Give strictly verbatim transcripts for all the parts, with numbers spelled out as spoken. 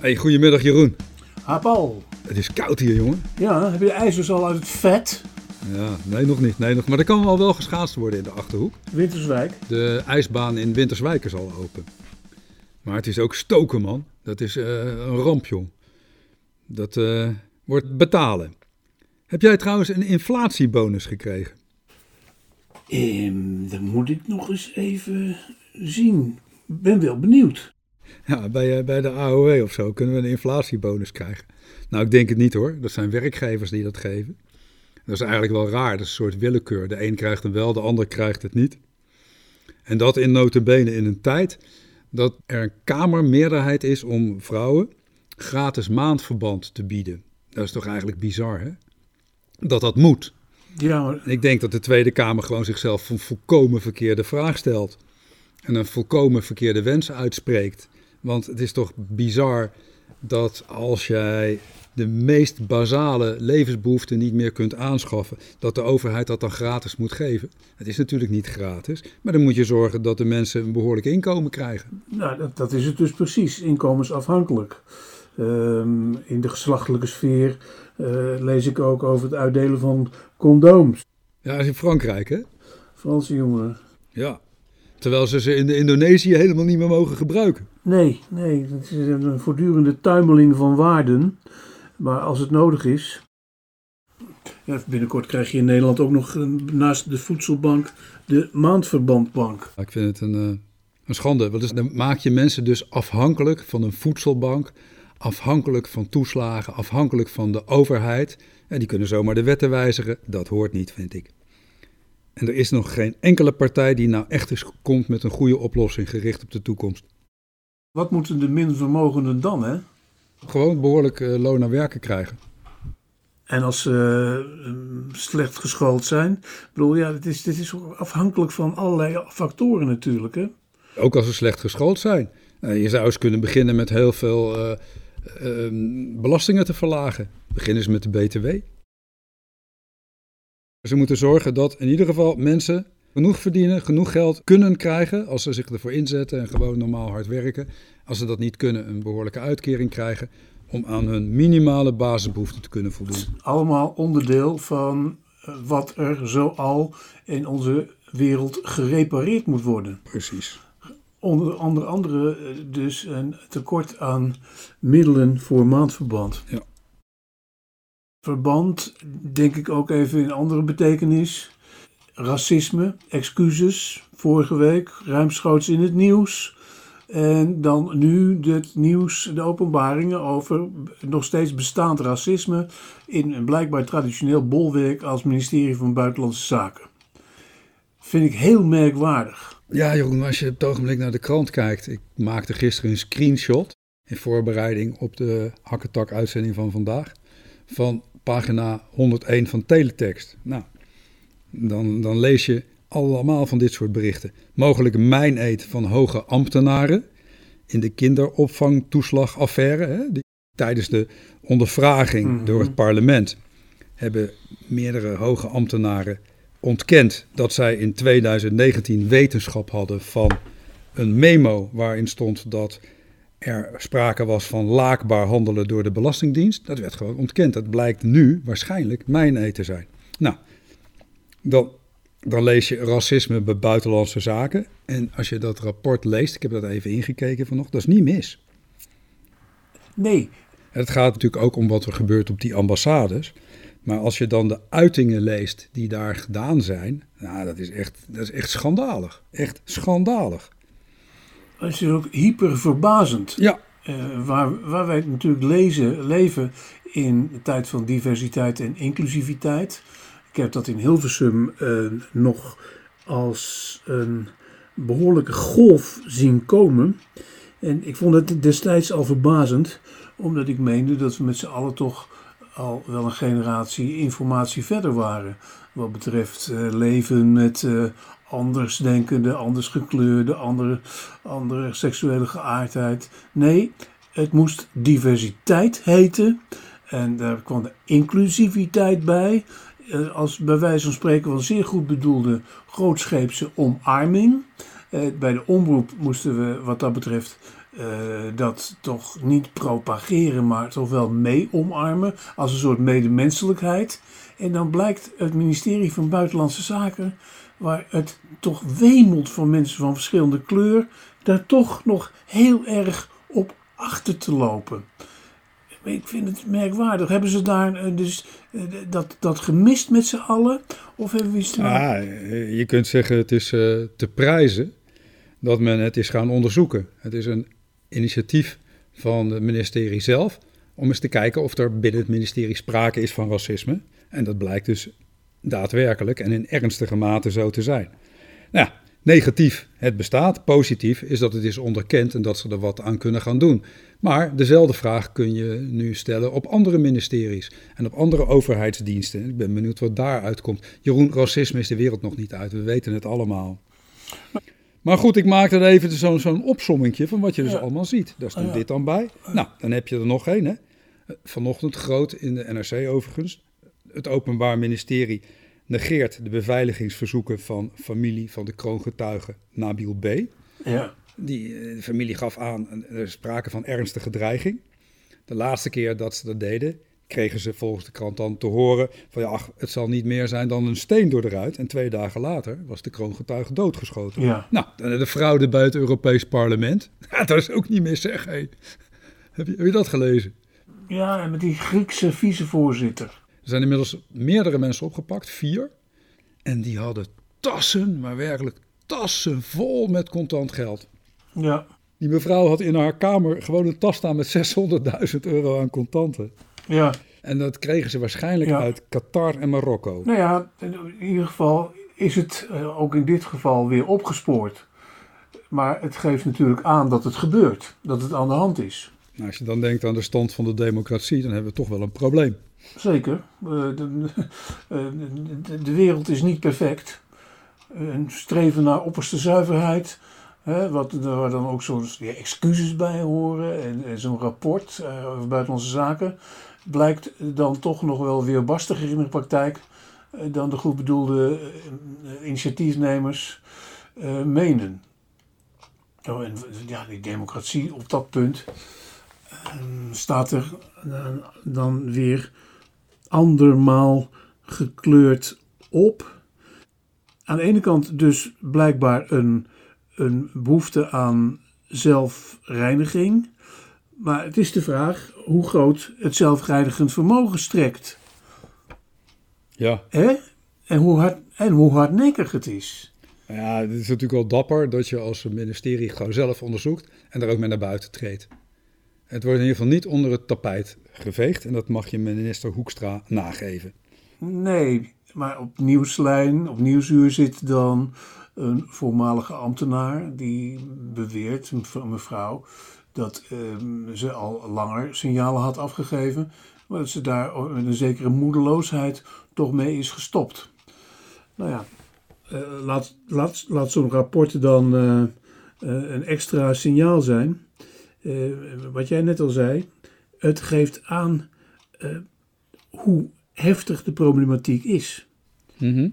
Hey, goedemiddag Jeroen. Ha, Paul. Het is koud hier, jongen. Ja, heb je de ijzers al uit het vet? Ja, nee, nog niet. Nee, nog. Maar er kan wel wel geschaatst worden in de Achterhoek. Winterswijk. De ijsbaan in Winterswijk is al open. Maar het is ook stoken, man. Dat is uh, een ramp, jong. Dat uh, wordt betalen. Heb jij trouwens een inflatiebonus gekregen? Um, dat moet ik nog eens even zien. Ik ben wel benieuwd. Ja, bij, uh, bij de A O W of zo kunnen we een inflatiebonus krijgen. Nou, ik denk het niet hoor. Dat zijn werkgevers die dat geven. Dat is eigenlijk wel raar. Dat is een soort willekeur. De een krijgt hem wel, de ander krijgt het niet. En dat in nota bene in een tijd dat er een kamermeerderheid is om vrouwen gratis maandverband te bieden. Dat is toch eigenlijk bizar, hè? Dat dat moet. Ja, maar... Ik denk dat de Tweede Kamer gewoon zichzelf een volkomen verkeerde vraag stelt. En een volkomen verkeerde wens uitspreekt. Want het is toch bizar dat als jij de meest basale levensbehoeften niet meer kunt aanschaffen, dat de overheid dat dan gratis moet geven. Het is natuurlijk niet gratis, maar dan moet je zorgen dat de mensen een behoorlijk inkomen krijgen. Nou, dat, dat is het dus precies, inkomensafhankelijk. Um, in de geslachtelijke sfeer uh, lees ik ook over het uitdelen van condooms. Ja, dat is in Frankrijk, hè? Franse jongeren. Ja, terwijl ze ze in de Indonesië helemaal niet meer mogen gebruiken. Nee, nee, het is een voortdurende tuimeling van waarden. Maar als het nodig is... Ja, binnenkort krijg je in Nederland ook nog naast de voedselbank de maandverbandbank. Ik vind het een, uh, een schande. Want dan maak je mensen dus afhankelijk van een voedselbank, afhankelijk van toeslagen, afhankelijk van de overheid. En die kunnen zomaar de wetten wijzigen. Dat hoort niet, vind ik. En er is nog geen enkele partij die nou echt eens komt met een goede oplossing gericht op de toekomst. Wat moeten de minvermogenden dan, hè? Gewoon behoorlijk uh, loon naar werken krijgen. En als ze uh, slecht geschoold zijn, ik bedoel, ja, dit is, dit is afhankelijk van allerlei factoren natuurlijk, hè? Ook als ze slecht geschoold zijn. Uh, je zou eens kunnen beginnen met heel veel uh, uh, belastingen te verlagen. Begin eens met de B T W. Ze moeten zorgen dat in ieder geval mensen genoeg verdienen, genoeg geld kunnen krijgen als ze zich ervoor inzetten en gewoon normaal hard werken. Als ze dat niet kunnen, een behoorlijke uitkering krijgen om aan hun minimale basisbehoeften te kunnen voldoen. Allemaal onderdeel van wat er zoal in onze wereld gerepareerd moet worden. Precies. Onder andere, andere dus een tekort aan middelen voor maandverband. Ja. Verband, denk ik ook even in andere betekenis. Racisme, excuses, vorige week ruimschoots in het nieuws. En dan nu het nieuws, de openbaringen over nog steeds bestaand racisme in een blijkbaar traditioneel bolwerk als ministerie van Buitenlandse Zaken. Vind ik heel merkwaardig. Ja, Jeroen, als je op het ogenblik naar de krant kijkt. Ik maakte gisteren een screenshot in voorbereiding op de Hakketak-uitzending van vandaag. Van pagina honderdéén van Teletext. Nou, dan, dan lees je allemaal van dit soort berichten. Mogelijke meineed van hoge ambtenaren in de kinderopvangtoeslagaffaire. Hè, die, tijdens de ondervraging mm-hmm. door het parlement hebben meerdere hoge ambtenaren ontkend dat zij in tweeduizend negentien wetenschap hadden van een memo waarin stond dat er sprake was van laakbaar handelen door de Belastingdienst. Dat werd gewoon ontkend. Dat blijkt nu waarschijnlijk meineed te zijn. Nou, dan, dan lees je racisme bij buitenlandse zaken. En als je dat rapport leest, ik heb dat even ingekeken vanochtend, dat is niet mis. Nee. Het gaat natuurlijk ook om wat er gebeurt op die ambassades. Maar als je dan de uitingen leest die daar gedaan zijn, nou, dat is echt, dat is echt schandalig. Echt schandalig. Het is ook hyper verbazend. Ja. Uh, waar, waar wij natuurlijk lezen, leven in de tijd van diversiteit en inclusiviteit. Ik heb dat in Hilversum uh, nog als een behoorlijke golf zien komen. En ik vond het destijds al verbazend, omdat ik meende dat we met z'n allen toch al wel een generatie informatie verder waren. Wat betreft uh, leven met uh, andersdenkende, anders gekleurde, andere, andere seksuele geaardheid. Nee, het moest diversiteit heten. En daar kwam de inclusiviteit bij. Uh, als bij wijze van spreken van zeer goed bedoelde grootscheepse omarming. Uh, bij de omroep moesten we wat dat betreft uh, dat toch niet propageren, maar toch wel mee omarmen als een soort medemenselijkheid. En dan blijkt het ministerie van Buitenlandse Zaken, waar het toch wemelt van mensen van verschillende kleur, daar toch nog heel erg op achter te lopen. Ik vind het merkwaardig. Hebben ze daar dus dat, dat gemist met z'n allen? Of hebben we iets ja, je kunt zeggen het is uh, te prijzen dat men het is gaan onderzoeken. Het is een initiatief van het ministerie zelf om eens te kijken of er binnen het ministerie sprake is van racisme. En dat blijkt dus daadwerkelijk en in ernstige mate zo te zijn. Nou ja, negatief, het bestaat. Positief is dat het is onderkend en dat ze er wat aan kunnen gaan doen. Maar dezelfde vraag kun je nu stellen op andere ministeries en op andere overheidsdiensten. Ik ben benieuwd wat daaruit komt. Jeroen, racisme is de wereld nog niet uit. We weten het allemaal. Maar goed, ik maak er even zo'n zo'n opsommingje van wat je dus ja. allemaal ziet. Daar stond ja. dit dan bij. Nou, dan heb je er nog één, hè. Vanochtend groot in de N R C overigens. Het Openbaar Ministerie negeert de beveiligingsverzoeken van familie van de kroongetuige Nabil B. Ja. Die de familie gaf aan, er is sprake van ernstige dreiging. De laatste keer dat ze dat deden, kregen ze volgens de krant dan te horen van ja, ach, het zal niet meer zijn dan een steen door de ruit. En twee dagen later was de kroongetuige doodgeschoten. Ja. Nou, de fraude bij het Europees Parlement. Ja, dat is ook niet meer zeg. Hey. Heb, je, heb je dat gelezen? Ja, en met die Griekse vicevoorzitter. Er zijn inmiddels meerdere mensen opgepakt, vier. En die hadden tassen, maar werkelijk tassen vol met contant geld. Ja. Die mevrouw had in haar kamer gewoon een tas staan met zeshonderdduizend euro aan contanten. Ja. En dat kregen ze waarschijnlijk ja. uit Qatar en Marokko. Nou ja, in ieder geval is het uh, ook in dit geval weer opgespoord. Maar het geeft natuurlijk aan dat het gebeurt, dat het aan de hand is. Nou, als je dan denkt aan de stand van de democratie, dan hebben we toch wel een probleem. Zeker. Uh, de, uh, de, de wereld is niet perfect. Een streven naar opperste zuiverheid. Hè, wat, waar dan ook zo'n ja, excuses bij horen. En, en zo'n rapport uh, over buitenlandse zaken blijkt dan toch nog wel weerbarstiger in de praktijk uh, dan de goed bedoelde uh, initiatiefnemers uh, menen. Oh, en ja, die democratie op dat punt uh, staat er uh, dan weer andermaal gekleurd op. Aan de ene kant dus blijkbaar een, een behoefte aan zelfreiniging. Maar het is de vraag hoe groot het zelfreinigend vermogen strekt. Ja. Hè? En, hoe hard, en hoe hardnekkig het is. Ja, het is natuurlijk wel dapper dat je als ministerie gewoon zelf onderzoekt en daar ook mee naar buiten treedt. Het wordt in ieder geval niet onder het tapijt geveegd en dat mag je minister Hoekstra nageven. Nee, maar op Nieuwslijn, op Nieuwsuur zit dan een voormalige ambtenaar die beweert, een mevrouw, dat uh, ze al langer signalen had afgegeven, maar dat ze daar met een zekere moedeloosheid toch mee is gestopt. Nou ja, uh, laat, laat, laat zo'n rapport dan uh, uh, een extra signaal zijn. Uh, wat jij net al zei, het geeft aan uh, hoe heftig de problematiek is. Mm-hmm.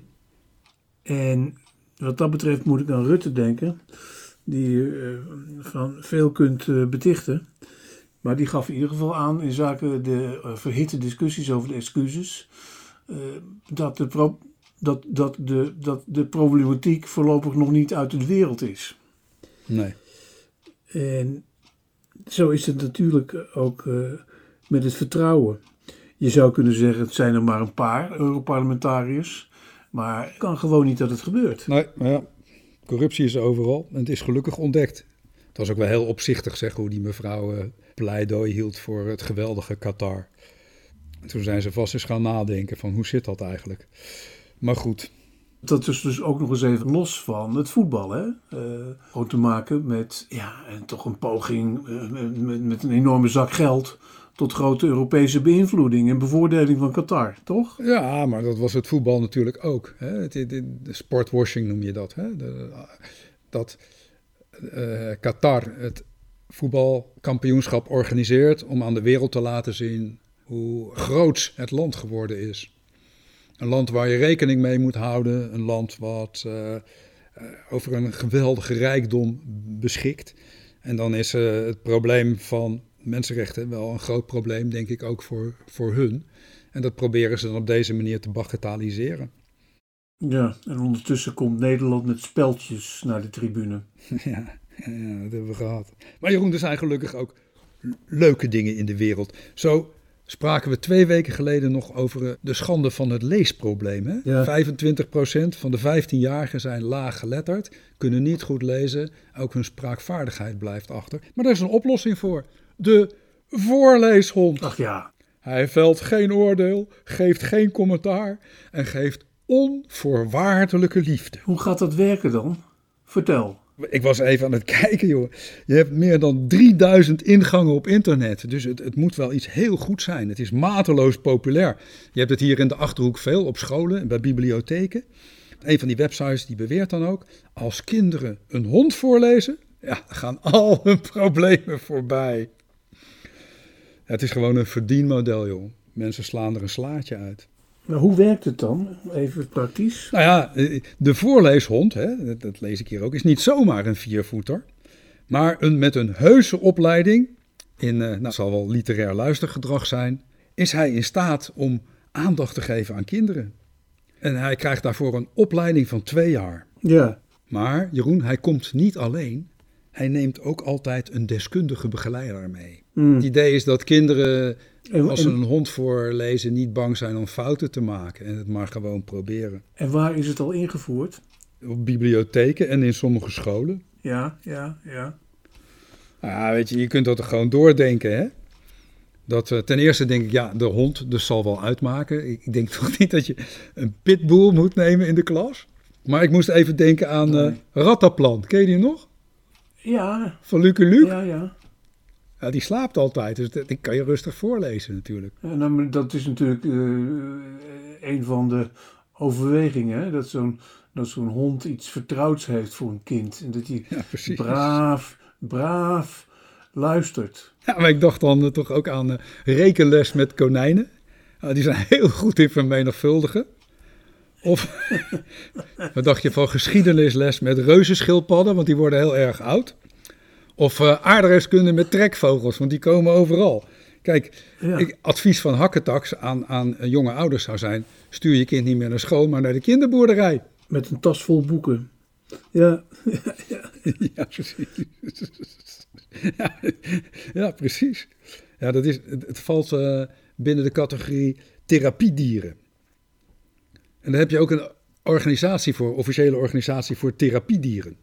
En wat dat betreft moet ik aan Rutte denken, die uh, van veel kunt uh, betichten. Maar die gaf in ieder geval aan in zaken de uh, verhitte discussies over de excuses, uh, dat, de pro- dat, dat, de, dat de problematiek voorlopig nog niet uit de wereld is. Nee. En zo is het natuurlijk ook uh, met het vertrouwen. Je zou kunnen zeggen, het zijn er maar een paar Europarlementariërs. Maar het kan gewoon niet dat het gebeurt. Nee, maar ja, corruptie is overal en het is gelukkig ontdekt. Het was ook wel heel opzichtig, zeg, hoe die mevrouw uh, pleidooi hield voor het geweldige Qatar. En toen zijn ze vast eens gaan nadenken van hoe zit dat eigenlijk. Maar goed. Dat is dus ook nog eens even los van het voetbal, hè? Uh, gewoon te maken met, ja, en toch een poging uh, met, met een enorme zak geld tot grote Europese beïnvloeding en bevoordeling van Qatar, toch? Ja, maar dat was het voetbal natuurlijk ook. Hè? Het, het, de sportwashing noem je dat. Hè? De, dat uh, Qatar het voetbalkampioenschap organiseert om aan de wereld te laten zien hoe groots het land geworden is. Een land waar je rekening mee moet houden. Een land wat uh, uh, over een geweldige rijkdom beschikt. En dan is uh, het probleem van mensenrechten wel een groot probleem, denk ik, ook voor, voor hun. En dat proberen ze dan op deze manier te bagatelliseren. Ja, en ondertussen komt Nederland met speltjes naar de tribune. Ja, ja, dat hebben we gehad. Maar Jeroen, er zijn gelukkig ook leuke dingen in de wereld. Zo spraken we twee weken geleden nog over de schande van het leesprobleem. Hè? Ja. vijfentwintig procent van de vijftienjarigen zijn laag geletterd, kunnen niet goed lezen. Ook hun spraakvaardigheid blijft achter. Maar daar is een oplossing voor. De voorleeshond. Ach ja. Hij velt geen oordeel, geeft geen commentaar en geeft onvoorwaardelijke liefde. Hoe gaat dat werken dan? Vertel. Ik was even aan het kijken, joh. Je hebt meer dan drieduizend ingangen op internet. Dus het, het moet wel iets heel goed zijn. Het is mateloos populair. Je hebt het hier in de Achterhoek veel, op scholen en bij bibliotheken. Een van die websites die beweert dan ook, als kinderen een hond voorlezen, ja, gaan al hun problemen voorbij. Het is gewoon een verdienmodel, joh. Mensen slaan er een slaatje uit. Maar hoe werkt het dan? Even praktisch. Nou ja, de voorleeshond, hè, dat lees ik hier ook, is niet zomaar een viervoeter. Maar een, met een heuse opleiding, in, nou, het zal wel literair luistergedrag zijn, is hij in staat om aandacht te geven aan kinderen. En hij krijgt daarvoor een opleiding van twee jaar. Ja. Maar Jeroen, hij komt niet alleen. Hij neemt ook altijd een deskundige begeleider mee. Mm. Het idee is dat kinderen, en, als ze en, een hond voorlezen, niet bang zijn om fouten te maken. En het maar gewoon proberen. En waar is het al ingevoerd? Op bibliotheken en in sommige scholen. Ja, ja, ja. Ja, weet je, je kunt dat er gewoon doordenken, hè. Dat, uh, ten eerste denk ik, ja, de hond dus zal wel uitmaken. Ik denk toch niet dat je een pitbull moet nemen in de klas. Maar ik moest even denken aan uh, nee. Rattaplan. Ken je die nog? Ja. Van Lucky Luke? Ja, ja. Ja, die slaapt altijd, dus dat, die kan je rustig voorlezen natuurlijk. Ja, nou, dat is natuurlijk uh, een van de overwegingen, hè? Dat zo'n, dat zo'n hond iets vertrouwds heeft voor een kind. En dat hij ja, braaf, braaf luistert. Ja, maar ik dacht dan uh, toch ook aan uh, rekenles met konijnen. Uh, die zijn heel goed in vermenigvuldigen. Of wat dacht je van geschiedenisles met reuzenschildpadden, want die worden heel erg oud. Of uh, aardrijkskunde met trekvogels, want die komen overal. Kijk, ja. ik, advies van Hakketax aan, aan uh, jonge ouders zou zijn, stuur je kind niet meer naar school, maar naar de kinderboerderij. Met een tas vol boeken. Ja, ja. ja precies. ja, ja, precies. Ja, dat is, het, het valt uh, binnen de categorie therapiedieren. En daar heb je ook een organisatie voor, officiële organisatie voor therapiedieren.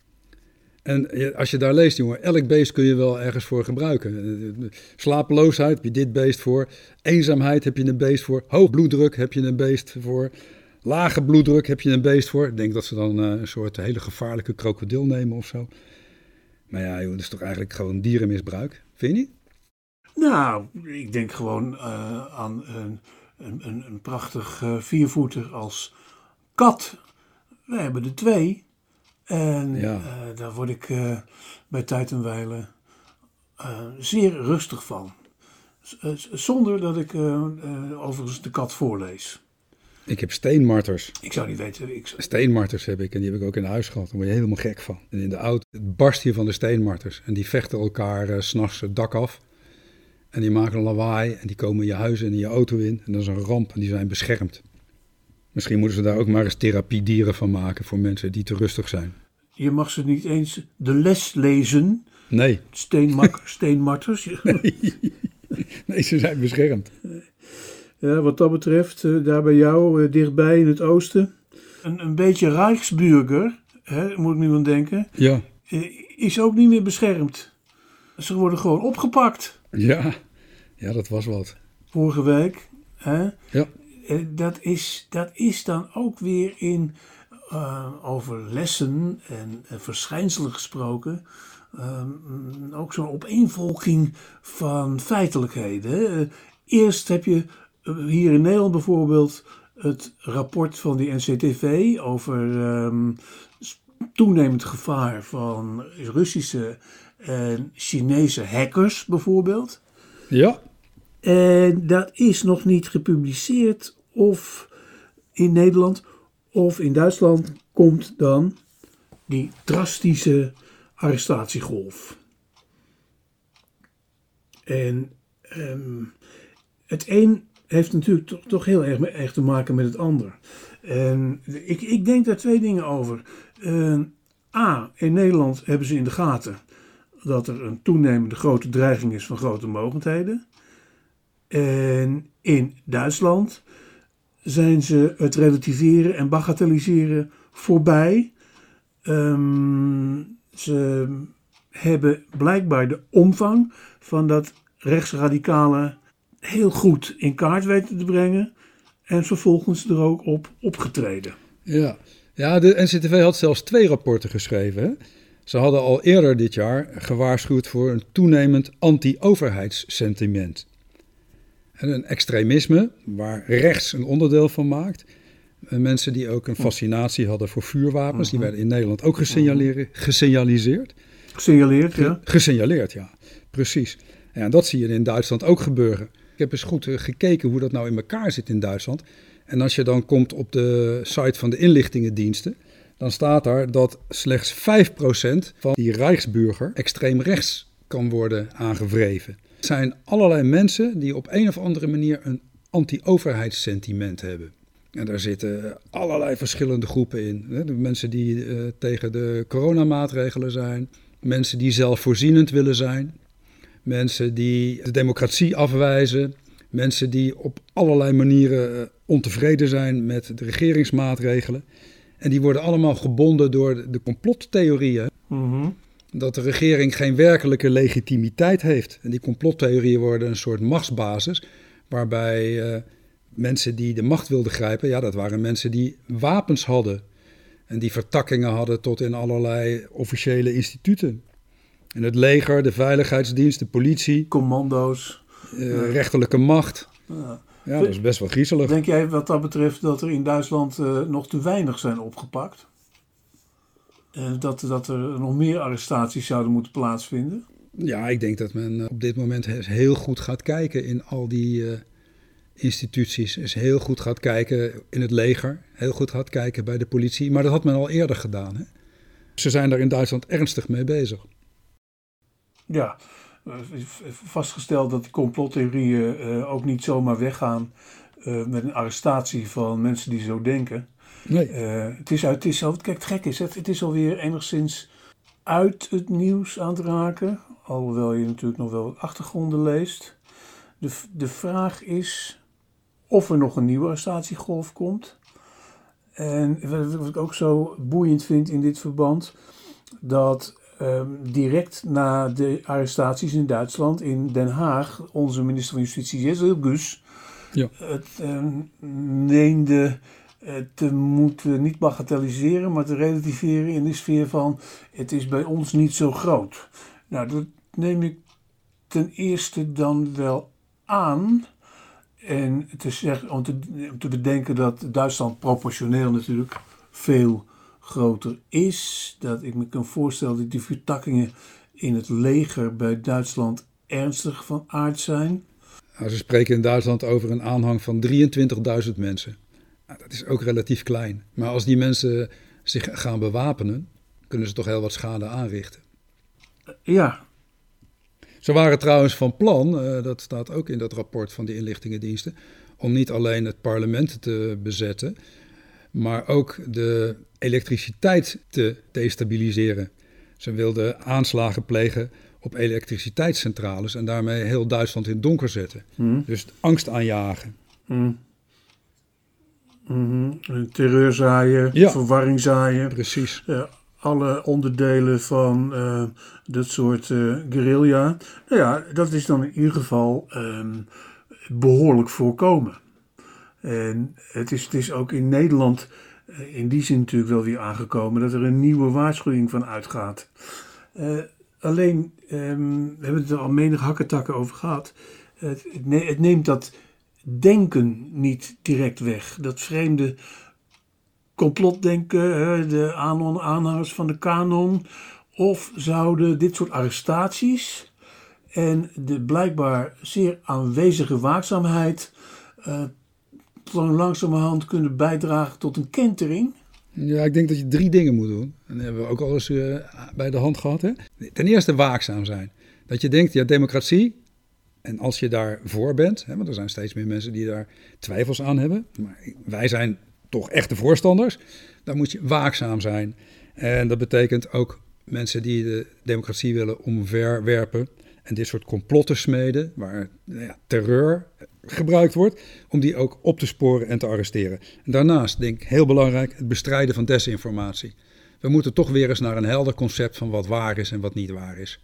En als je daar leest, jongen, elk beest kun je wel ergens voor gebruiken. Slapeloosheid heb je dit beest voor. Eenzaamheid heb je een beest voor. Hoog bloeddruk heb je een beest voor. Lage bloeddruk heb je een beest voor. Ik denk dat ze dan uh, een soort hele gevaarlijke krokodil nemen of zo. Maar ja, joh, dat is toch eigenlijk gewoon dierenmisbruik, vind je niet? Nou, ik denk gewoon uh, aan een, een, een, een prachtig uh, viervoeter als kat. Wij hebben er twee. En ja. uh, daar word ik uh, bij tijd en wijle uh, zeer rustig van. Z- uh, zonder dat ik uh, uh, overigens de kat voorlees. Ik heb steenmarters. Ik zou niet weten. Ik zou... Steenmarters heb ik en die heb ik ook in huis gehad. Daar word je helemaal gek van. En in de auto het barst hier van de steenmarters. En die vechten elkaar uh, 's nachts het dak af. En die maken een lawaai en die komen in je huis en in je auto in. En dat is een ramp en die zijn beschermd. Misschien moeten ze daar ook maar eens therapiedieren van maken voor mensen die te rustig zijn. Je mag ze niet eens de les lezen. Nee. Steenmak- steenmarters. Nee. nee, ze zijn beschermd. Ja, wat dat betreft, uh, daar bij jou, uh, dichtbij in het oosten. Een, een beetje Rijksburger, hè, moet ik nu aan denken, ja. uh, is ook niet meer beschermd. Ze worden gewoon opgepakt. Ja, ja dat was wat. Vorige week. Hè? Ja. Uh, dat, is, dat is dan ook weer in, uh, over lessen en uh, verschijnselen gesproken, uh, ook zo'n opeenvolging van feitelijkheden. Uh, eerst heb je hier in Nederland bijvoorbeeld het rapport van de N C T V over um, toenemend gevaar van Russische en Chinese hackers bijvoorbeeld. Ja. En dat is nog niet gepubliceerd of in Nederland of in Duitsland komt dan die drastische arrestatiegolf. En um, het een heeft natuurlijk toch, toch heel erg, erg te maken met het ander. En ik, ik denk daar twee dingen over. Uh, A, in Nederland hebben ze in de gaten dat er een toenemende grote dreiging is van grote mogendheden. En in Duitsland zijn ze het relativeren en bagatelliseren voorbij. Um, ze hebben blijkbaar de omvang van dat rechtsradicale heel goed in kaart weten te brengen en vervolgens er ook op opgetreden. Ja, ja de N C T V had zelfs twee rapporten geschreven. Hè? Ze hadden al eerder dit jaar gewaarschuwd voor een toenemend anti-overheidssentiment. En een extremisme waar rechts een onderdeel van maakt. Mensen die ook een fascinatie hadden voor vuurwapens, die werden in Nederland ook gesignaleerd, gesignaliseerd. Gesignaleerd, ja. Gesignaleerd, ja, precies. En dat zie je in Duitsland ook gebeuren. Ik heb eens goed gekeken hoe dat nou in elkaar zit in Duitsland. En als je dan komt op de site van de inlichtingendiensten, dan staat daar dat slechts vijf procent van die Rijksburger extreem rechts kan worden aangewreven. Het zijn allerlei mensen die op een of andere manier een anti-overheidssentiment hebben. En daar zitten allerlei verschillende groepen in. De mensen die uh, tegen de coronamaatregelen zijn, mensen die zelfvoorzienend willen zijn, mensen die de democratie afwijzen, mensen die op allerlei manieren ontevreden zijn met de regeringsmaatregelen. En die worden allemaal gebonden door de complottheorieën. Mm-hmm. Dat de regering geen werkelijke legitimiteit heeft. En die complottheorieën worden een soort machtsbasis, waarbij uh, mensen die de macht wilden grijpen, ja, dat waren mensen die wapens hadden. En die vertakkingen hadden tot in allerlei officiële instituten. En het leger, de veiligheidsdienst, de politie. Commando's. Uh, ja. Rechterlijke macht. Ja. Ja, dat is best wel griezelig. Denk jij wat dat betreft dat er in Duitsland uh, nog te weinig zijn opgepakt? Uh, dat, dat er nog meer arrestaties zouden moeten plaatsvinden? Ja, ik denk dat men op dit moment heel goed gaat kijken in al die uh, instituties. Dus heel goed gaat kijken in het leger. Heel goed gaat kijken bij de politie. Maar dat had men al eerder gedaan. Hè? Ze zijn daar in Duitsland ernstig mee bezig. Ja, vastgesteld dat die complottheorieën uh, ook niet zomaar weggaan uh, met een arrestatie van mensen die zo denken. Nee. Uh, het is uit, het is al, kijk, het gek is, het, het is alweer enigszins uit het nieuws aan het raken, alhoewel je natuurlijk nog wel achtergronden leest. De, de vraag is of er nog een nieuwe arrestatiegolf komt. En wat ik ook zo boeiend vind in dit verband, dat Um, direct na de arrestaties in Duitsland, in Den Haag, onze minister van Justitie, Jezel Gus, ja. het um, meende uh, te moeten niet bagatelliseren, maar te relativeren in de sfeer van het is bij ons niet zo groot. Nou, dat neem ik ten eerste dan wel aan. En te zeggen, om, te, om te bedenken dat Duitsland proportioneel natuurlijk veel groter is, dat ik me kan voorstellen dat die vertakkingen in het leger bij Duitsland ernstig van aard zijn. Nou, ze spreken in Duitsland over een aanhang van drieëntwintigduizend mensen. Nou, dat is ook relatief klein. Maar als die mensen zich gaan bewapenen, kunnen ze toch heel wat schade aanrichten. Ja. Ze waren trouwens van plan, uh, dat staat ook in dat rapport van de inlichtingendiensten, om niet alleen het parlement te bezetten, maar ook de elektriciteit te destabiliseren. Ze wilden aanslagen plegen op elektriciteitscentrales en daarmee heel Duitsland in het donker zetten. Hmm. Dus angst aanjagen. Hmm. Mm-hmm. Terreur zaaien, ja. verwarring zaaien. Precies. Uh, alle onderdelen van uh, dat soort uh, guerrilla. Nou ja, dat is dan in ieder geval um, behoorlijk voorkomen. En het is, het is ook in Nederland uh, in die zin natuurlijk wel weer aangekomen dat er een nieuwe waarschuwing van uitgaat. Uh, alleen, um, we hebben het er al menig hakketakken over gehad. Uh, het, ne- het neemt dat denken niet direct weg. Dat vreemde complotdenken, uh, de aanhang- aanhangers van de kanon. Of zouden dit soort arrestaties en de blijkbaar zeer aanwezige waakzaamheid Uh, langzamerhand kunnen bijdragen tot een kentering? Ja, ik denk dat je drie dingen moet doen. En dat hebben we ook al eens uh, bij de hand gehad. Hè? Ten eerste waakzaam zijn. Dat je denkt, ja, democratie, En als je daarvoor bent, hè, want er zijn steeds meer mensen die daar twijfels aan hebben, maar wij zijn toch echte voorstanders, dan moet je waakzaam zijn. En dat betekent ook mensen die de democratie willen omverwerpen en dit soort complotten smeden, waar ja, terreur gebruikt wordt, om die ook op te sporen en te arresteren. En daarnaast, denk ik, heel belangrijk, het bestrijden van desinformatie. We moeten toch weer eens naar een helder concept van wat waar is en wat niet waar is.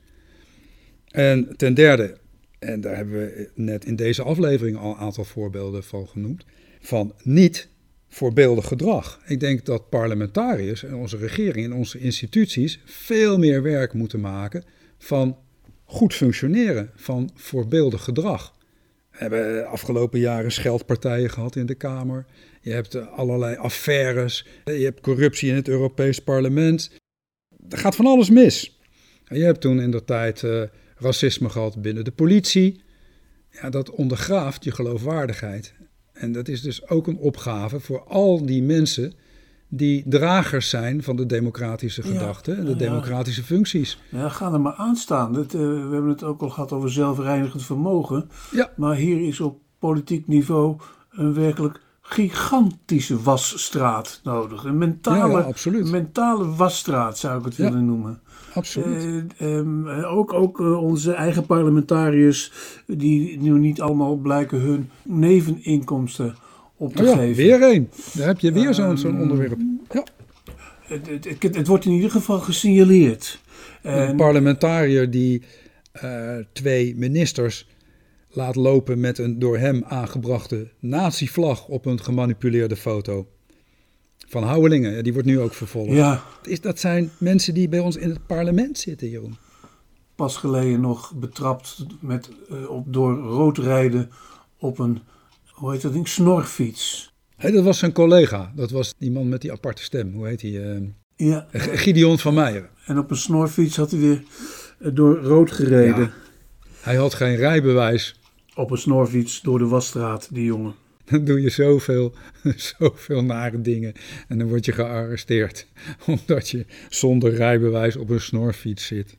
En ten derde, en daar hebben we net in deze aflevering al een aantal voorbeelden van genoemd, van niet voorbeeldig gedrag. Ik denk dat parlementariërs en onze regering en onze instituties veel meer werk moeten maken van goed functioneren, van voorbeeldig gedrag. We hebben de afgelopen jaren scheldpartijen gehad in de Kamer. Je hebt allerlei affaires. Je hebt corruptie in het Europees Parlement. Er gaat van alles mis. Je hebt toen in de tijd uh, racisme gehad binnen de politie. Ja, dat ondergraaft je geloofwaardigheid. En dat is dus ook een opgave voor al die mensen die dragers zijn van de democratische gedachten en de ja, democratische functies. Ja, ga er maar aan staan. Dat, uh, we hebben het ook al gehad over zelfreinigend vermogen. Ja. Maar hier is op politiek niveau een werkelijk gigantische wasstraat nodig. Een mentale, ja, ja, een mentale wasstraat zou ik het ja, willen noemen. Absoluut. Uh, um, ook ook uh, onze eigen parlementariërs, die nu niet allemaal blijken hun neveninkomsten op te oh ja, geven. Weer één. Daar heb je weer um, zo'n, zo'n onderwerp. Ja. Het, het, het, het wordt in ieder geval gesignaleerd. En een parlementariër die uh, twee ministers laat lopen met een door hem aangebrachte nazi-vlag op een gemanipuleerde foto. Van Houwelingen, die wordt nu ook vervolgd. Ja. Dat zijn mensen die bij ons in het parlement zitten, Jeroen. Pas geleden nog betrapt met, uh, op, door rood rijden op een, hoe heet dat ding, snorfiets. Hey, dat was zijn collega. Dat was die man met die aparte stem. Hoe heet hij? Uh, ja. Gideon van Meijeren. En op een snorfiets had hij weer uh, door rood gereden. Ja. Hij had geen rijbewijs. Op een snorfiets door de wasstraat, die jongen. Dan doe je zoveel, zoveel nare dingen en dan word je gearresteerd. Omdat je zonder rijbewijs op een snorfiets zit.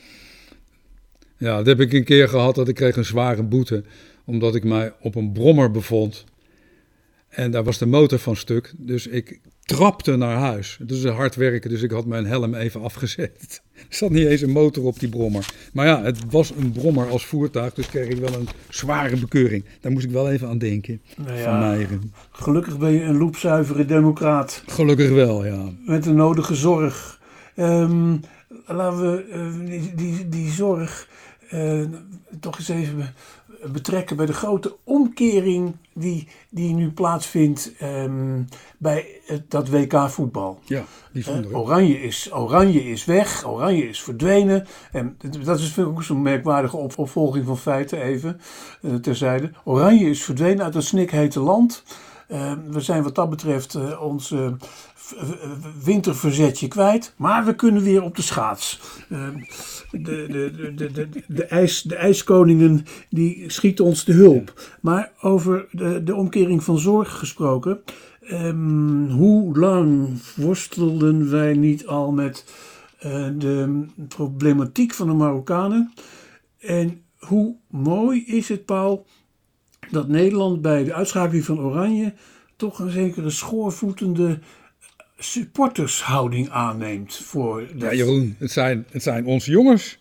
Ja, dat heb ik een keer gehad dat ik kreeg een zware boete. Omdat ik mij op een brommer bevond. En daar was de motor van stuk. Dus ik trapte naar huis. Het is hard werken, dus ik had mijn helm even afgezet. Er zat niet eens een motor op die brommer. Maar ja, het was een brommer als voertuig, dus kreeg ik wel een zware bekeuring. Daar moest ik wel even aan denken. Nou ja, van Meijeren. Gelukkig ben je een loepzuivere democraat. Gelukkig wel, ja. Met de nodige zorg. Um, laten we uh, die, die, die zorg uh, toch eens even betrekken bij de grote omkering die, die nu plaatsvindt um, bij het, dat W K voetbal. Ja, bijzonder. Uh, Oranje, is, Oranje is weg, Oranje is verdwenen. En dat is vind ik ook zo'n merkwaardige op, opvolging van feiten even uh, terzijde. Oranje is verdwenen uit het snikhete land. Uh, we zijn wat dat betreft uh, ons uh, winterverzetje kwijt. Maar we kunnen weer op de schaats. Uh, de, de, de, de, de, de, ijs, de ijskoningen die schieten ons te hulp. Maar over de, de omkering van zorg gesproken. Um, hoe lang worstelden wij niet al met uh, de problematiek van de Marokkanen? En hoe mooi is het, Paul, dat Nederland bij de uitschakeling van Oranje toch een zekere schoorvoetende supportershouding aanneemt voor dat. Ja, Jeroen, het zijn, het zijn onze jongens.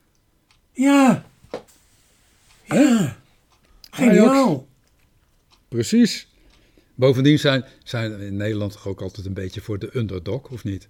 Ja. Ja. Geniaal. Precies. Bovendien zijn, zijn we in Nederland toch ook altijd een beetje voor de underdog, of niet?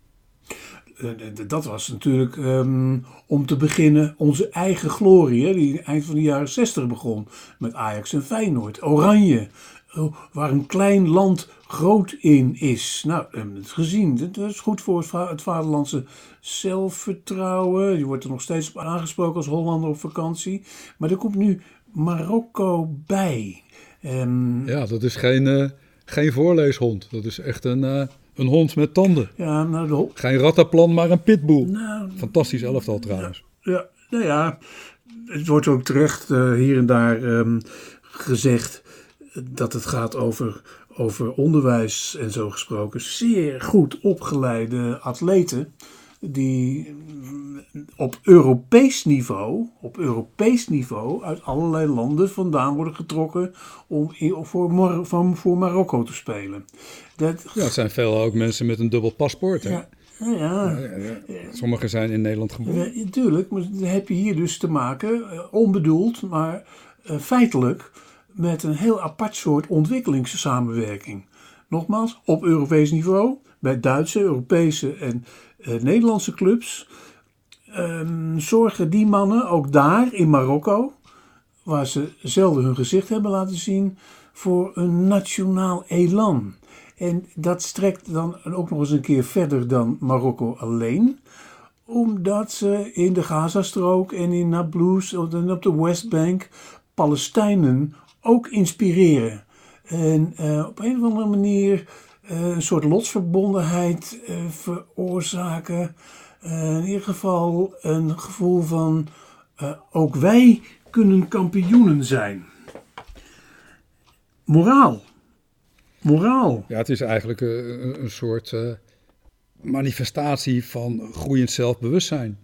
Dat was natuurlijk um, om te beginnen onze eigen glorie, hè, die eind van de jaren zestig begon met Ajax en Feyenoord. Oranje, waar een klein land groot in is. Nou, we hebben het gezien. Dat is goed voor het vaderlandse zelfvertrouwen. Je wordt er nog steeds op aangesproken als Hollander op vakantie. Maar er komt nu Marokko bij. Um, ja, dat is geen, uh, geen voorleeshond. Dat is echt een... Uh... Een hond met tanden. Ja, nou de ho- Geen rattenplan, maar een pitbull. Nou, fantastisch elftal trouwens. Ja, ja, nou ja, het wordt ook terecht uh, hier en daar um, gezegd dat het gaat over, over onderwijs en zo gesproken. Zeer goed opgeleide atleten die op Europees niveau, op Europees niveau uit allerlei landen vandaan worden getrokken om in, voor, Mar- van, voor Marokko te spelen. Dat, Ja, het zijn veel ook mensen met een dubbel paspoort. Hè? ja, ja, ja. Ja, ja, ja. Sommigen zijn in Nederland geboren. Ja, natuurlijk, maar dan heb je hier dus te maken, uh, onbedoeld, maar uh, feitelijk, met een heel apart soort ontwikkelingssamenwerking. Nogmaals, op Europees niveau, bij Duitse, Europese en uh, Nederlandse clubs, um, zorgen die mannen ook daar in Marokko, waar ze zelden hun gezicht hebben laten zien, voor een nationaal elan. En dat strekt dan ook nog eens een keer verder dan Marokko alleen, omdat ze in de Gazastrook en in Nablus en op de Westbank Palestijnen ook inspireren. En uh, op een of andere manier uh, een soort lotsverbondenheid uh, veroorzaken. Uh, in ieder geval een gevoel van uh, ook wij kunnen kampioenen zijn. Moraal. Moraal. Ja, het is eigenlijk een, een soort uh, manifestatie van groeiend zelfbewustzijn.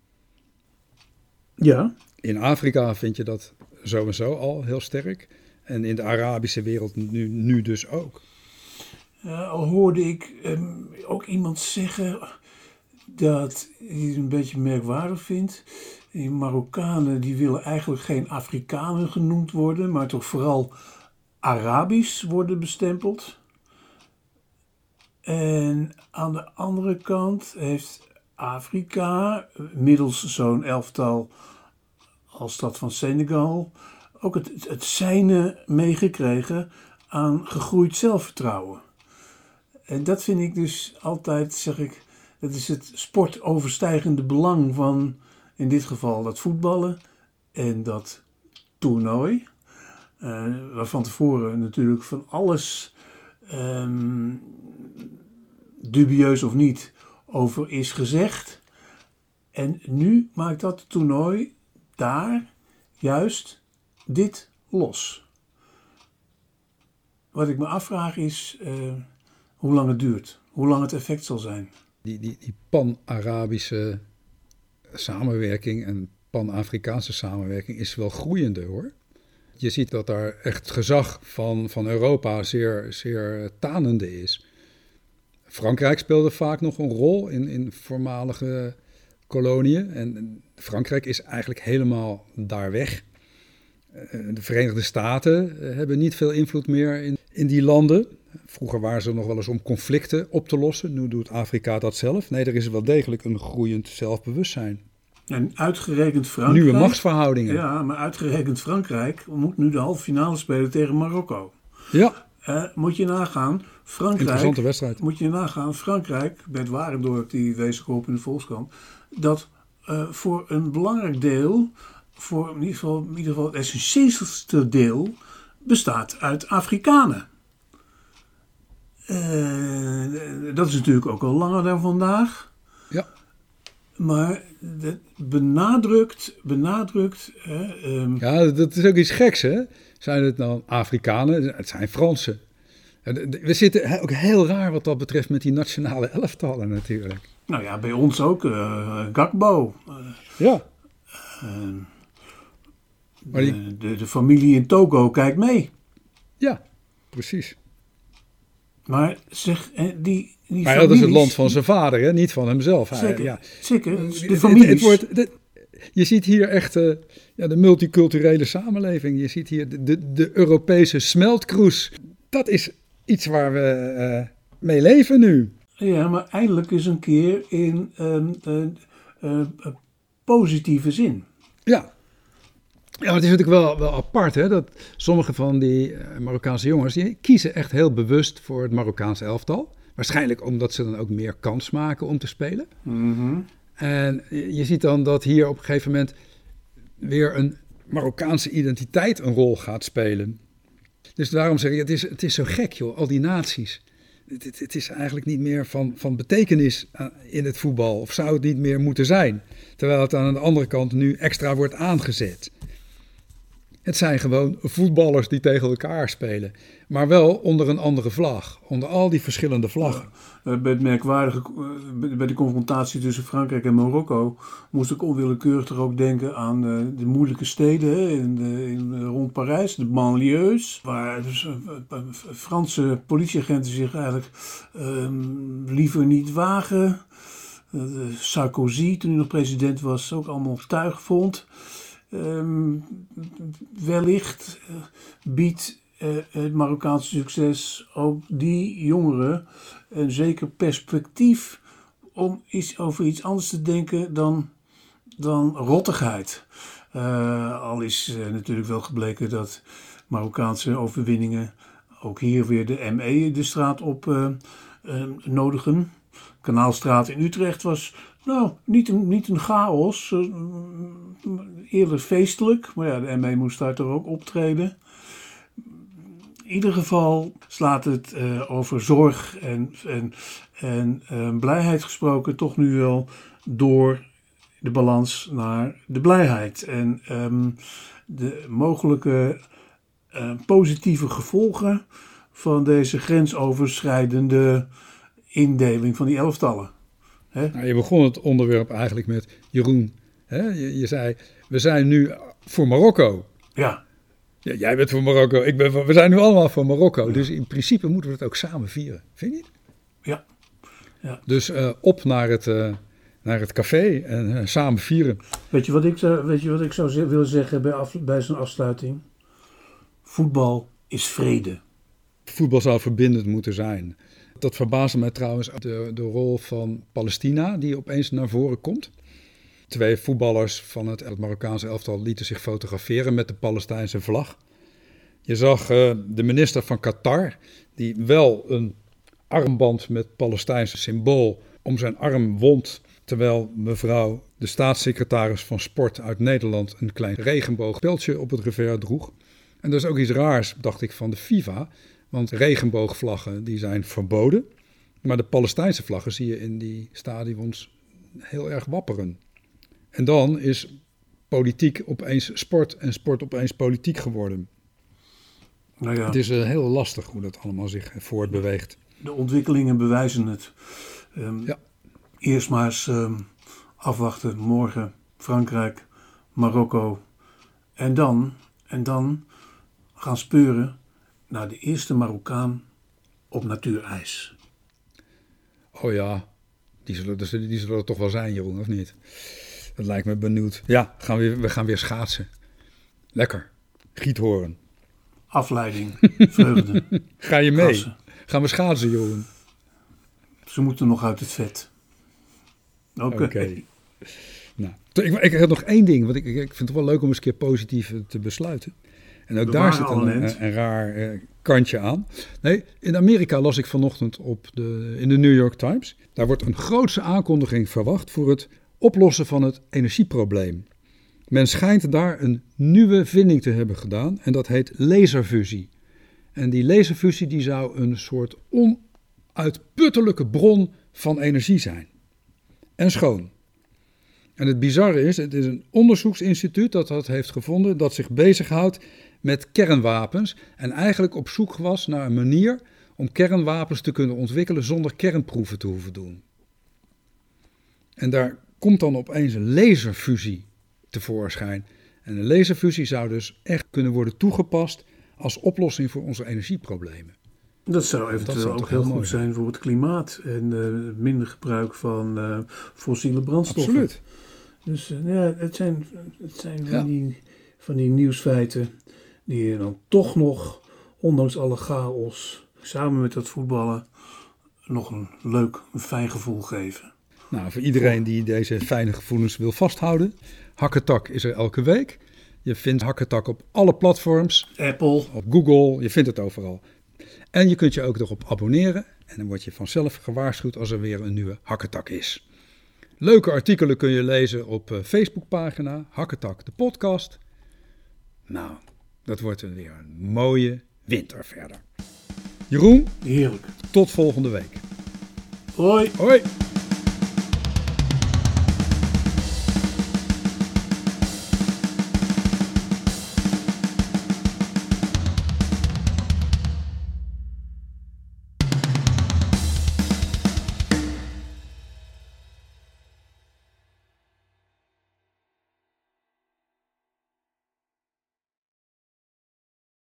Ja. In Afrika vind je dat sowieso al heel sterk. En in de Arabische wereld nu, nu dus ook. Uh, al hoorde ik um, ook iemand zeggen dat hij het een beetje merkwaardig vindt. Die Marokkanen die willen eigenlijk geen Afrikanen genoemd worden, maar toch vooral Arabisch worden bestempeld. En aan de andere kant heeft Afrika, middels zo'n elftal als dat van Senegal, ook het, het zijne meegekregen aan gegroeid zelfvertrouwen. En dat vind ik dus altijd, zeg ik, dat is het sportoverstijgende belang van, in dit geval, dat voetballen en dat toernooi. Uh, waar van tevoren natuurlijk van alles, um, dubieus of niet, over is gezegd. En nu maakt dat toernooi daar juist dit los. Wat ik me afvraag is uh, hoe lang het duurt, hoe lang het effect zal zijn. Die, die, die pan-Arabische samenwerking en pan-Afrikaanse samenwerking is wel groeiende, hoor. Je ziet dat daar echt gezag van, van Europa zeer, zeer tanende is. Frankrijk speelde vaak nog een rol in, in voormalige koloniën. En Frankrijk is eigenlijk helemaal daar weg. De Verenigde Staten hebben niet veel invloed meer in, in die landen. Vroeger waren ze nog wel eens om conflicten op te lossen. Nu doet Afrika dat zelf. Nee, er is wel degelijk een groeiend zelfbewustzijn. En uitgerekend Frankrijk... Nieuwe machtsverhoudingen. Ja, maar uitgerekend Frankrijk moet nu de halve finale spelen tegen Marokko. Ja. Uh, moet je nagaan, Frankrijk... Interessante wedstrijd. Moet je nagaan, Frankrijk, Bert Warendorp, die wees ik op in de Volkskrant, dat uh, voor een belangrijk deel, voor in ieder geval, in ieder geval het essentieelste deel, bestaat uit Afrikanen. Uh, dat is natuurlijk ook al langer dan vandaag. Ja. Maar dat benadrukt, benadrukt... Hè, um... Ja, dat is ook iets geks, hè? Zijn het dan Afrikanen? Het zijn Fransen. We zitten ook heel raar wat dat betreft met die nationale elftallen natuurlijk. Nou ja, bij ons ook. Uh, Gakpo. Uh, ja. Uh, maar die... de, de, de familie in Togo kijkt mee. Ja, precies. Maar zeg, die, die maar families... dat is het land van zijn vader, hè? Niet van hemzelf. Zeker, Hij, ja. zeker. De families. Het, het wordt, de, je ziet hier echt uh, ja, de multiculturele samenleving. Je ziet hier de, de, de Europese smeltkroes. Dat is iets waar we uh, mee leven nu. Ja, maar eindelijk eens een keer in um, uh, uh, uh, positieve zin. Ja. Ja, maar het is natuurlijk wel, wel apart, hè, dat sommige van die Marokkaanse jongens, die kiezen echt heel bewust voor het Marokkaanse elftal. Waarschijnlijk omdat ze dan ook meer kans maken om te spelen. Mm-hmm. En je ziet dan dat hier op een gegeven moment weer een Marokkaanse identiteit een rol gaat spelen. Dus daarom zeg ik, het is, het is zo gek, joh, al die naties. Het, het, het is eigenlijk niet meer van, van betekenis in het voetbal, of zou het niet meer moeten zijn. Terwijl het aan de andere kant nu extra wordt aangezet. Het zijn gewoon voetballers die tegen elkaar spelen. Maar wel onder een andere vlag. Onder al die verschillende vlaggen. Uh, bij, het merkwaardige, uh, bij de confrontatie tussen Frankrijk en Marokko moest ik onwillekeurig toch ook denken aan uh, de moeilijke steden hè, in de, in, uh, rond Parijs, de banlieues. Waar dus, uh, uh, Franse politieagenten zich eigenlijk uh, liever niet wagen. Uh, Sarkozy, toen hij nog president was, ook allemaal tuig vond. Um, wellicht uh, biedt uh, het Marokkaanse succes ook die jongeren een zeker perspectief om iets, over iets anders te denken dan, dan rottigheid. Uh, al is uh, natuurlijk wel gebleken dat Marokkaanse overwinningen ook hier weer de M E de straat op uh, uh, nodigen. Kanaalstraat in Utrecht was nou niet een, niet een chaos, uh, eerder feestelijk, maar ja, de M E moest daar toch ook optreden. In ieder geval slaat het uh, over zorg en, en, en uh, blijheid gesproken toch nu wel door de balans naar de blijheid. En um, de mogelijke uh, positieve gevolgen van deze grensoverschrijdende indeling van die elftallen. Hè? Nou, je begon het onderwerp eigenlijk met Jeroen. Hè? Je, je zei, we zijn nu voor Marokko. Ja. Ja, jij bent voor Marokko, ik ben voor, we zijn nu allemaal voor Marokko. Ja. Dus in principe moeten we het ook samen vieren. Vind je niet? Ja. ja. Dus uh, op naar het, uh, naar het café en uh, samen vieren. Weet je wat ik, weet je wat ik zou wil zeggen bij, af, bij zo'n afsluiting? Voetbal is vrede. Voetbal zou verbindend moeten zijn. Dat verbaasde mij trouwens de, de rol van Palestina die opeens naar voren komt. Twee voetballers van het, het Marokkaanse elftal lieten zich fotograferen met de Palestijnse vlag. Je zag uh, de minister van Qatar, die wel een armband met Palestijnse symbool om zijn arm wond, terwijl mevrouw de staatssecretaris van Sport uit Nederland een klein regenboogpeltje op het revers droeg. En dat is ook iets raars, dacht ik, van de FIFA, want regenboogvlaggen die zijn verboden. Maar de Palestijnse vlaggen zie je in die stadions heel erg wapperen. En dan is politiek opeens sport en sport opeens politiek geworden. Nou ja, het is uh, heel lastig hoe dat allemaal zich voortbeweegt. De ontwikkelingen bewijzen het. Um, ja. Eerst maar eens um, afwachten. Morgen Frankrijk, Marokko. En dan, en dan gaan speuren naar de eerste Marokkaan op natuurijs. Oh ja, die zullen, die zullen er toch wel zijn, Jeroen, of niet? Dat lijkt me benieuwd. Ja, gaan we, we gaan weer schaatsen. Lekker. Giethoorn. Afleiding. Vreugde. Ga je mee? Gassen. Gaan we schaatsen, Jeroen? Ze moeten nog uit het vet. Oké. Okay. Okay. Nou, ik, ik heb nog één ding, want ik, ik vind het wel leuk om eens een keer positief te besluiten. En ook we daar zit een, een, een raar uh, kantje aan. Nee, in Amerika las ik vanochtend op de, in de New York Times. Daar wordt een grootse aankondiging verwacht voor het oplossen van het energieprobleem. Men schijnt daar een nieuwe vinding te hebben gedaan en dat heet laserfusie. En die laserfusie die zou een soort onuitputtelijke bron van energie zijn. En schoon. En het bizarre is, het is een onderzoeksinstituut dat dat heeft gevonden, dat zich bezighoudt met kernwapens en eigenlijk op zoek was naar een manier om kernwapens te kunnen ontwikkelen zonder kernproeven te hoeven doen. En daar komt dan opeens een laserfusie tevoorschijn. En een laserfusie zou dus echt kunnen worden toegepast als oplossing voor onze energieproblemen. Dat zou eventueel dat zou ook heel goed zijn voor het klimaat en uh, minder gebruik van uh, fossiele brandstoffen. Absoluut. Dus uh, ja, het zijn, het zijn van, ja. die, van die nieuwsfeiten die je dan toch nog, ondanks alle chaos, samen met dat voetballen, nog een leuk, een fijn gevoel geven. Nou, voor iedereen die deze fijne gevoelens wil vasthouden, Hakketak is er elke week. Je vindt Hakketak op alle platforms. Apple. Op Google, je vindt het overal. En je kunt je ook erop abonneren en dan word je vanzelf gewaarschuwd als er weer een nieuwe Hakketak is. Leuke artikelen kun je lezen op uh, Facebookpagina Hakketak de podcast. Nou, dat wordt er weer een mooie winter verder. Jeroen, heerlijk. Tot volgende week. Hoi. Hoi.